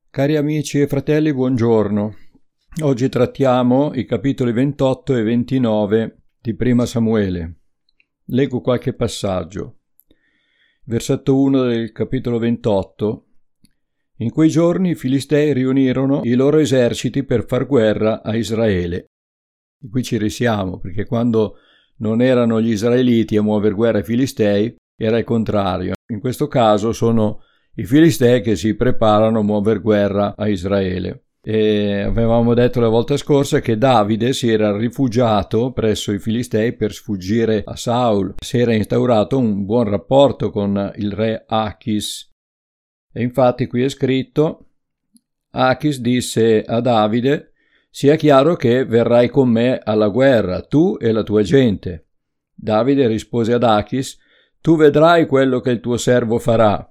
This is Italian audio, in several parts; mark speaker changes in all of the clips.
Speaker 1: Cari amici e fratelli, buongiorno. Oggi trattiamo i capitoli 28 e 29 di Prima Samuele. Leggo qualche passaggio. Versetto 1 del capitolo 28. In quei giorni i Filistei riunirono i loro eserciti per far guerra a Israele. E qui ci risiamo, perché quando non erano gli israeliti a muover guerra ai Filistei, era il contrario. In questo caso sono i Filistei che si preparano a muover guerra a Israele. E avevamo detto la volta scorsa che Davide si era rifugiato presso i Filistei per sfuggire a Saul. Si era instaurato un buon rapporto con il re Achis. E infatti qui è scritto: Achis disse a Davide: sia chiaro che verrai con me alla guerra, tu e la tua gente. Davide rispose ad Achis: tu vedrai quello che il tuo servo farà.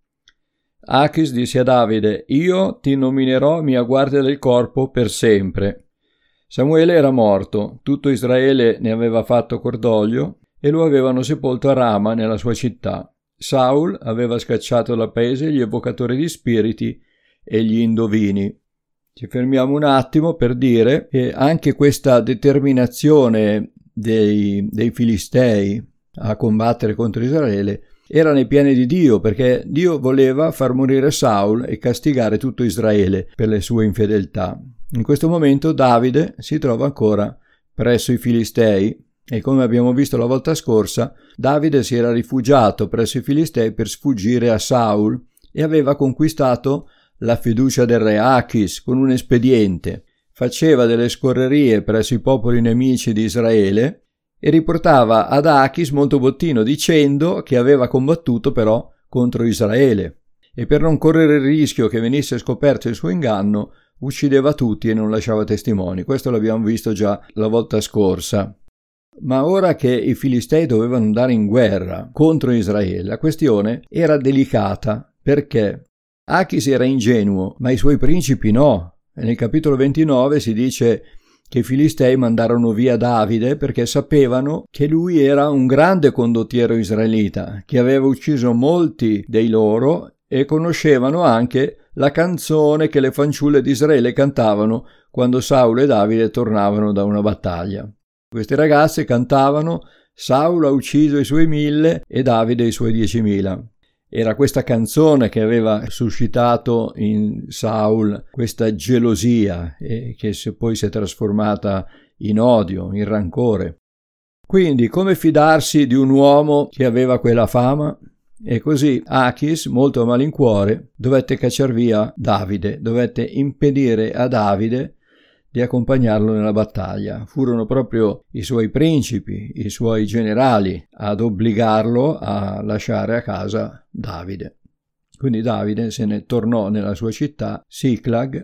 Speaker 1: Achis disse a Davide: io ti nominerò mia guardia del corpo per sempre. Samuele era morto, tutto Israele ne aveva fatto cordoglio e lo avevano sepolto a Rama nella sua città. Saul aveva scacciato dal paese gli evocatori di spiriti e gli indovini. Ci fermiamo un attimo per dire che anche questa determinazione dei Filistei a combattere contro Israele era nei piani di Dio, perché Dio voleva far morire Saul e castigare tutto Israele per le sue infedeltà. In questo momento Davide si trova ancora presso i Filistei e, come abbiamo visto la volta scorsa, Davide si era rifugiato presso i Filistei per sfuggire a Saul e aveva conquistato la fiducia del re Achis con un espediente. Faceva delle scorrerie presso i popoli nemici di Israele e riportava ad Achis molto bottino, dicendo che aveva combattuto però contro Israele, e per non correre il rischio che venisse scoperto il suo inganno uccideva tutti e non lasciava testimoni. Questo l'abbiamo visto già la volta scorsa. Ma ora che i Filistei dovevano andare in guerra contro Israele, la questione era delicata, perché Achis era ingenuo, ma i suoi principi no. E nel capitolo 29 si dice che i Filistei mandarono via Davide perché sapevano che lui era un grande condottiero israelita, che aveva ucciso molti dei loro, e conoscevano anche la canzone che le fanciulle di Israele cantavano quando Saulo e Davide tornavano da una battaglia. Queste ragazze cantavano: Saulo ha ucciso i suoi 1000 e Davide i suoi 10.000. Era questa canzone che aveva suscitato in Saul questa gelosia e che poi si è trasformata in odio, in rancore. Quindi, come fidarsi di un uomo che aveva quella fama? E così Achis, molto a malincuore, dovette cacciar via Davide, dovette impedire a Davide di accompagnarlo nella battaglia. Furono proprio i suoi principi, i suoi generali, ad obbligarlo a lasciare a casa Davide. Quindi Davide se ne tornò nella sua città, Siclag,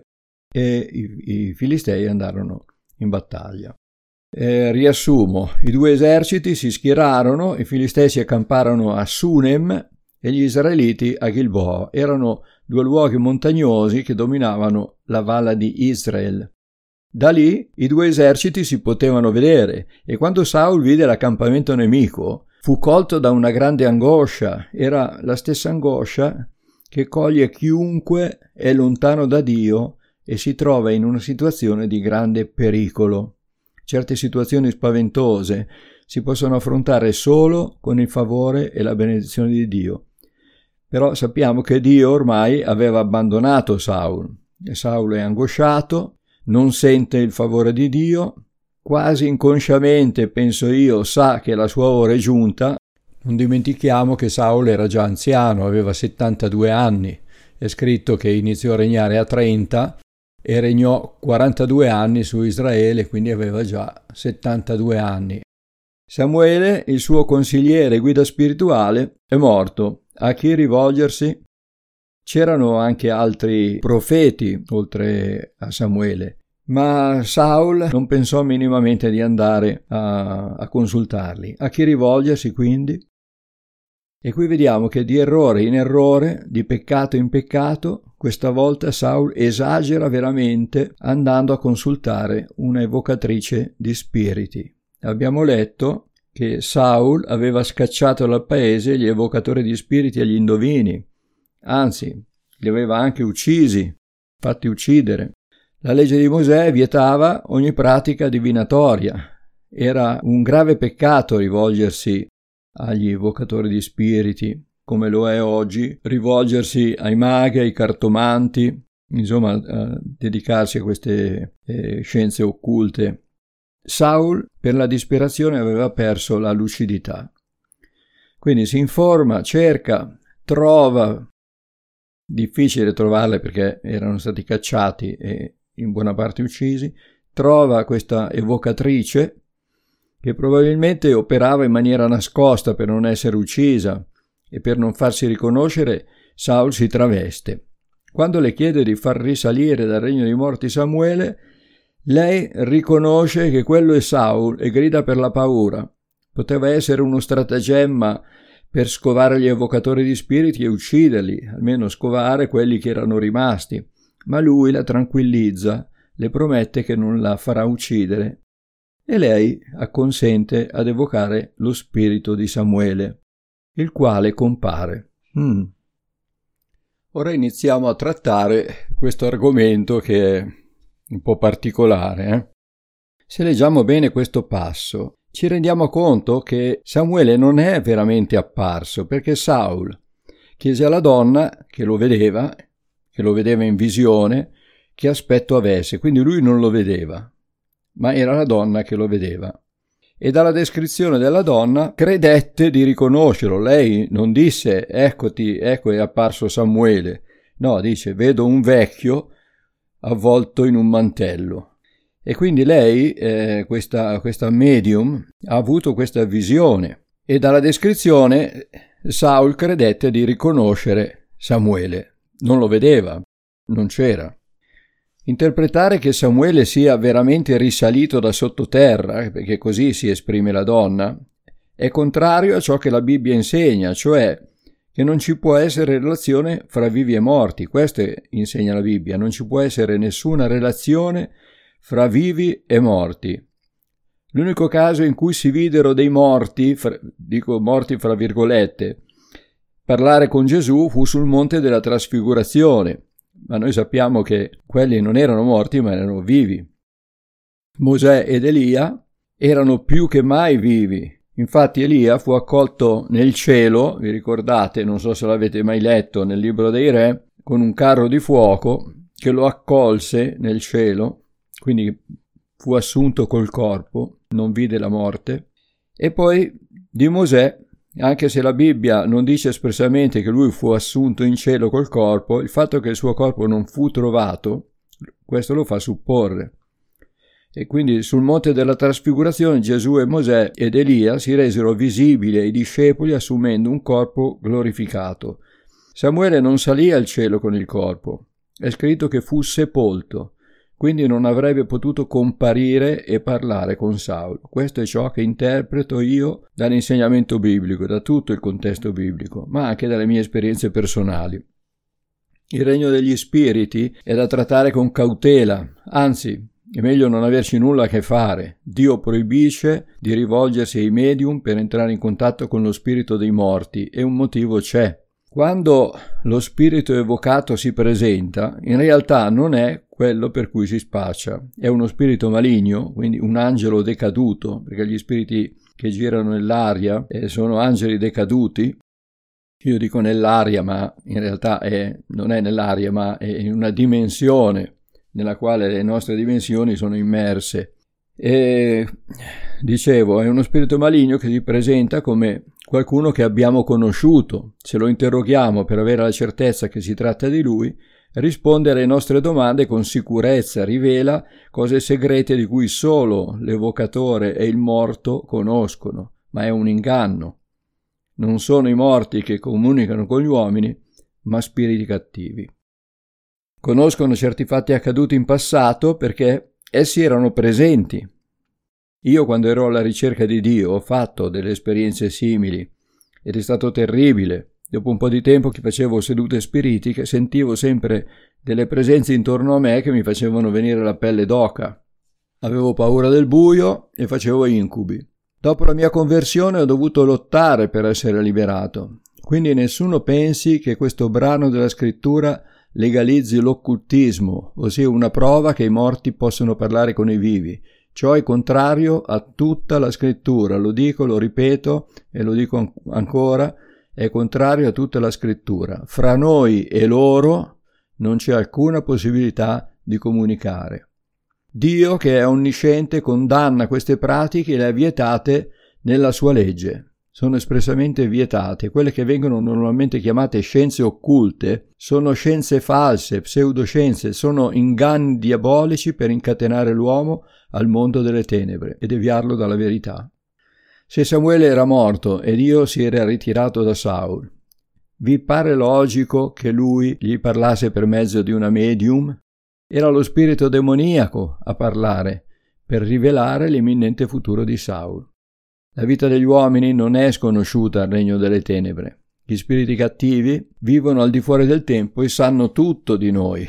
Speaker 1: e i Filistei andarono in battaglia. Riassumo: i due eserciti si schierarono, i Filistei si accamparono a Sunem e gli israeliti a Gilboa. Erano due luoghi montagnosi che dominavano la valle di Israel. Da lì i due eserciti si potevano vedere, e quando Saul vide l'accampamento nemico fu colto da una grande angoscia. Era la stessa angoscia che coglie chiunque è lontano da Dio e si trova in una situazione di grande pericolo. Certe situazioni spaventose si possono affrontare solo con il favore e la benedizione di Dio. Però sappiamo che Dio ormai aveva abbandonato Saul, e Saul è angosciato, non sente il favore di Dio, quasi inconsciamente, penso io, sa che la sua ora è giunta. Non dimentichiamo che Saul era già anziano, aveva 72 anni. È scritto che iniziò a regnare a 30 e regnò 42 anni su Israele, quindi aveva già 72 anni. Samuele, il suo consigliere e guida spirituale, è morto. A chi rivolgersi? C'erano anche altri profeti oltre a Samuele, ma Saul non pensò minimamente di andare a consultarli. A chi rivolgersi quindi? E qui vediamo che di errore in errore, di peccato in peccato, questa volta Saul esagera veramente andando a consultare una evocatrice di spiriti. Abbiamo letto che Saul aveva scacciato dal paese gli evocatori di spiriti e gli indovini, anzi li aveva anche uccisi. fatti uccidere. La legge di Mosè vietava ogni pratica divinatoria. Era un grave peccato rivolgersi agli evocatori di spiriti, come lo è oggi rivolgersi ai maghi, ai cartomanti, insomma dedicarsi a queste scienze occulte. Saul per la disperazione aveva perso la lucidità. Quindi si informa, cerca, trova, difficile trovarle perché erano stati cacciati e in buona parte uccisi, trova questa evocatrice che probabilmente operava in maniera nascosta per non essere uccisa e per non farsi riconoscere. Saul si traveste. Quando le chiede di far risalire dal regno dei morti Samuele, lei riconosce che quello è Saul e grida per la paura. Poteva essere uno stratagemma per scovare gli evocatori di spiriti e ucciderli, almeno scovare quelli che erano rimasti, ma lui la tranquillizza, le promette che non la farà uccidere e lei acconsente ad evocare lo spirito di Samuele, il quale compare. Ora iniziamo a trattare questo argomento che è un po' particolare. Se leggiamo bene questo passo, ci rendiamo conto che Samuele non è veramente apparso, perché Saul chiese alla donna che lo vedeva in visione, che aspetto avesse, quindi lui non lo vedeva, ma era la donna che lo vedeva. E dalla descrizione della donna credette di riconoscerlo. Lei non disse eccoti, ecco è apparso Samuele. No, dice vedo un vecchio avvolto in un mantello. E quindi lei, questa medium, ha avuto questa visione. E dalla descrizione Saul credette di riconoscere Samuele. Non lo vedeva, non c'era. Interpretare che Samuele sia veramente risalito da sottoterra, perché così si esprime la donna, è contrario a ciò che la Bibbia insegna, cioè che non ci può essere relazione fra vivi e morti. Questo insegna la Bibbia, non ci può essere nessuna relazione fra vivi e morti. L'unico caso in cui si videro dei morti, dico morti fra virgolette, parlare con Gesù fu sul monte della trasfigurazione. Ma noi sappiamo che quelli non erano morti ma erano vivi. Mosè ed Elia erano più che mai vivi. Infatti Elia fu accolto nel cielo, vi ricordate, non so se l'avete mai letto nel libro dei re, con un carro di fuoco che lo accolse nel cielo, quindi fu assunto col corpo, non vide la morte. E poi di Mosè, anche se la Bibbia non dice espressamente che lui fu assunto in cielo col corpo, il fatto che il suo corpo non fu trovato, questo lo fa supporre. E quindi sul monte della trasfigurazione Gesù e Mosè ed Elia si resero visibili ai discepoli assumendo un corpo glorificato. Samuele non salì al cielo con il corpo, è scritto che fu sepolto, quindi non avrebbe potuto comparire e parlare con Saulo. Questo è ciò che interpreto io dall'insegnamento biblico, da tutto il contesto biblico, ma anche dalle mie esperienze personali. Il regno degli spiriti è da trattare con cautela, anzi, è meglio non averci nulla a che fare. Dio proibisce di rivolgersi ai medium per entrare in contatto con lo spirito dei morti e un motivo c'è. Quando lo spirito evocato si presenta, in realtà non è quello per cui si spaccia. È uno spirito maligno, quindi un angelo decaduto, perché gli spiriti che girano nell'aria sono angeli decaduti. Io dico nell'aria, ma in realtà non è nell'aria, ma è in una dimensione nella quale le nostre dimensioni sono immerse. E dicevo, è uno spirito maligno che si presenta come qualcuno che abbiamo conosciuto. Se lo interroghiamo per avere la certezza che si tratta di lui, risponde alle nostre domande con sicurezza, rivela cose segrete di cui solo l'evocatore e il morto conoscono, ma è un inganno. Non sono i morti che comunicano con gli uomini, ma spiriti cattivi. Conoscono certi fatti accaduti in passato perché essi erano presenti. Io, quando ero alla ricerca di Dio, ho fatto delle esperienze simili ed è stato terribile. Dopo un po' di tempo che facevo sedute spiritiche, sentivo sempre delle presenze intorno a me che mi facevano venire la pelle d'oca. Avevo paura del buio e facevo incubi. Dopo la mia conversione ho dovuto lottare per essere liberato. Quindi nessuno pensi che questo brano della scrittura legalizzi l'occultismo, ossia una prova che i morti possono parlare con i vivi. Ciò è contrario a tutta la scrittura, lo dico, lo ripeto e lo dico ancora, è contrario a tutta la scrittura. Fra noi e loro non c'è alcuna possibilità di comunicare. Dio, che è onnisciente, condanna queste pratiche e le ha vietate nella sua legge. Sono espressamente vietate. Quelle che vengono normalmente chiamate scienze occulte sono scienze false, pseudoscienze, sono inganni diabolici per incatenare l'uomo al mondo delle tenebre e deviarlo dalla verità. Se Samuele era morto e Dio si era ritirato da Saul, vi pare logico che lui gli parlasse per mezzo di una medium? Era lo spirito demoniaco a parlare per rivelare l'imminente futuro di Saul. La vita degli uomini non è sconosciuta al regno delle tenebre. Gli spiriti cattivi vivono al di fuori del tempo e sanno tutto di noi.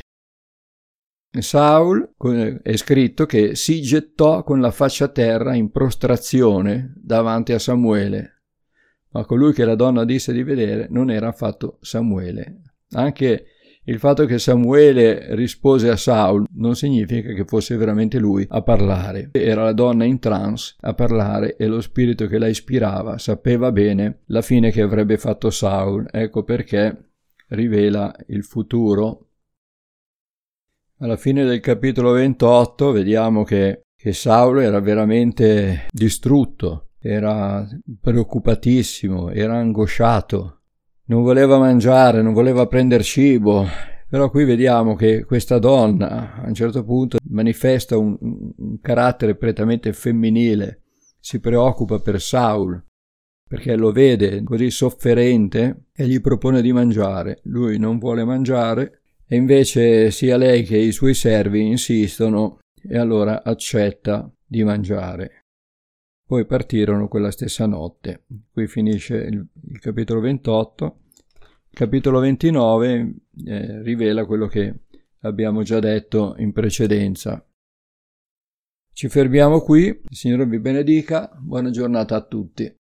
Speaker 1: Saul, è scritto che si gettò con la faccia a terra in prostrazione davanti a Samuele, ma colui che la donna disse di vedere non era affatto Samuele. Anche il fatto che Samuele rispose a Saul non significa che fosse veramente lui a parlare. Era la donna in trance a parlare e lo spirito che la ispirava sapeva bene la fine che avrebbe fatto Saul. Ecco perché rivela il futuro. Alla fine del capitolo 28 vediamo che Saulo era veramente distrutto, era preoccupatissimo, era angosciato. Non voleva mangiare, non voleva prendere cibo, però qui vediamo che questa donna a un certo punto manifesta un carattere prettamente femminile, si preoccupa per Saul, perché lo vede così sofferente e gli propone di mangiare. Lui non vuole mangiare e invece sia lei che i suoi servi insistono e allora accetta di mangiare. Poi partirono quella stessa notte. Qui finisce il capitolo 28. Il capitolo 29 rivela quello che abbiamo già detto in precedenza. Ci fermiamo qui. Il Signore vi benedica. Buona giornata a tutti.